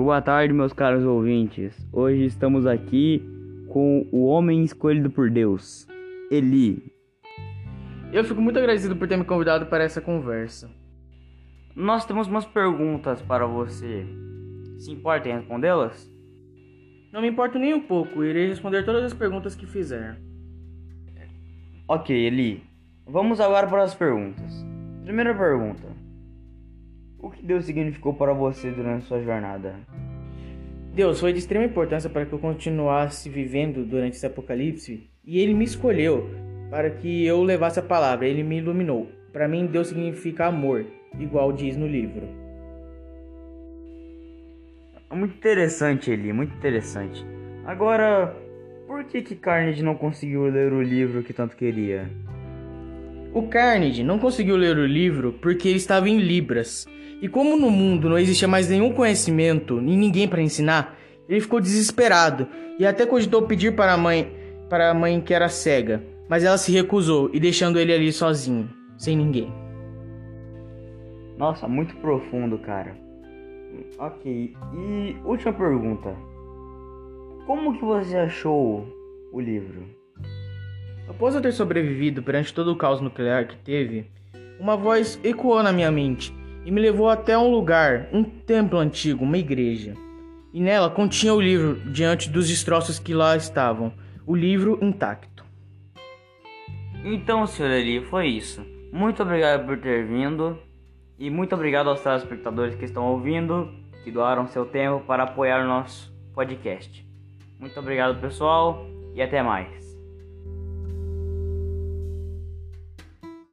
boa tarde, meus caros ouvintes. Hoje estamos aqui com o homem escolhido por Deus, Eli. Eu fico muito agradecido por ter me convidado para essa conversa. Nós temos umas perguntas para você. Se importa em respondê-las? Não me importo nem um pouco, irei responder todas as perguntas que fizer. Ok, Eli. Vamos agora para as perguntas. Primeira pergunta. O que Deus significou para você durante sua jornada? Deus foi de extrema importância para que eu continuasse vivendo durante esse apocalipse, e Ele me escolheu para que eu levasse a palavra, Ele me iluminou. Para mim, Deus significa amor, igual diz no livro. Muito interessante, Eli, muito interessante. Agora, por que Carnegie não conseguiu ler o livro que tanto queria? O Carnegie não conseguiu ler o livro porque ele estava em Libras. E como no mundo não existia mais nenhum conhecimento e ninguém para ensinar, ele ficou desesperado e até cogitou pedir para a mãe que era cega, mas ela se recusou e deixando ele ali sozinho, sem ninguém. Nossa, muito profundo, cara. Ok, e última pergunta. Como que você achou o livro? Após eu ter sobrevivido perante todo o caos nuclear que teve, uma voz ecoou na minha mente e me levou até um lugar, um templo antigo, uma igreja. E nela continha o livro diante dos destroços que lá estavam, o livro intacto. Então, senhor Eli, foi isso. Muito obrigado por ter vindo e muito obrigado aos telespectadores que estão ouvindo, que doaram seu tempo para apoiar o nosso podcast. Muito obrigado, pessoal, e até mais.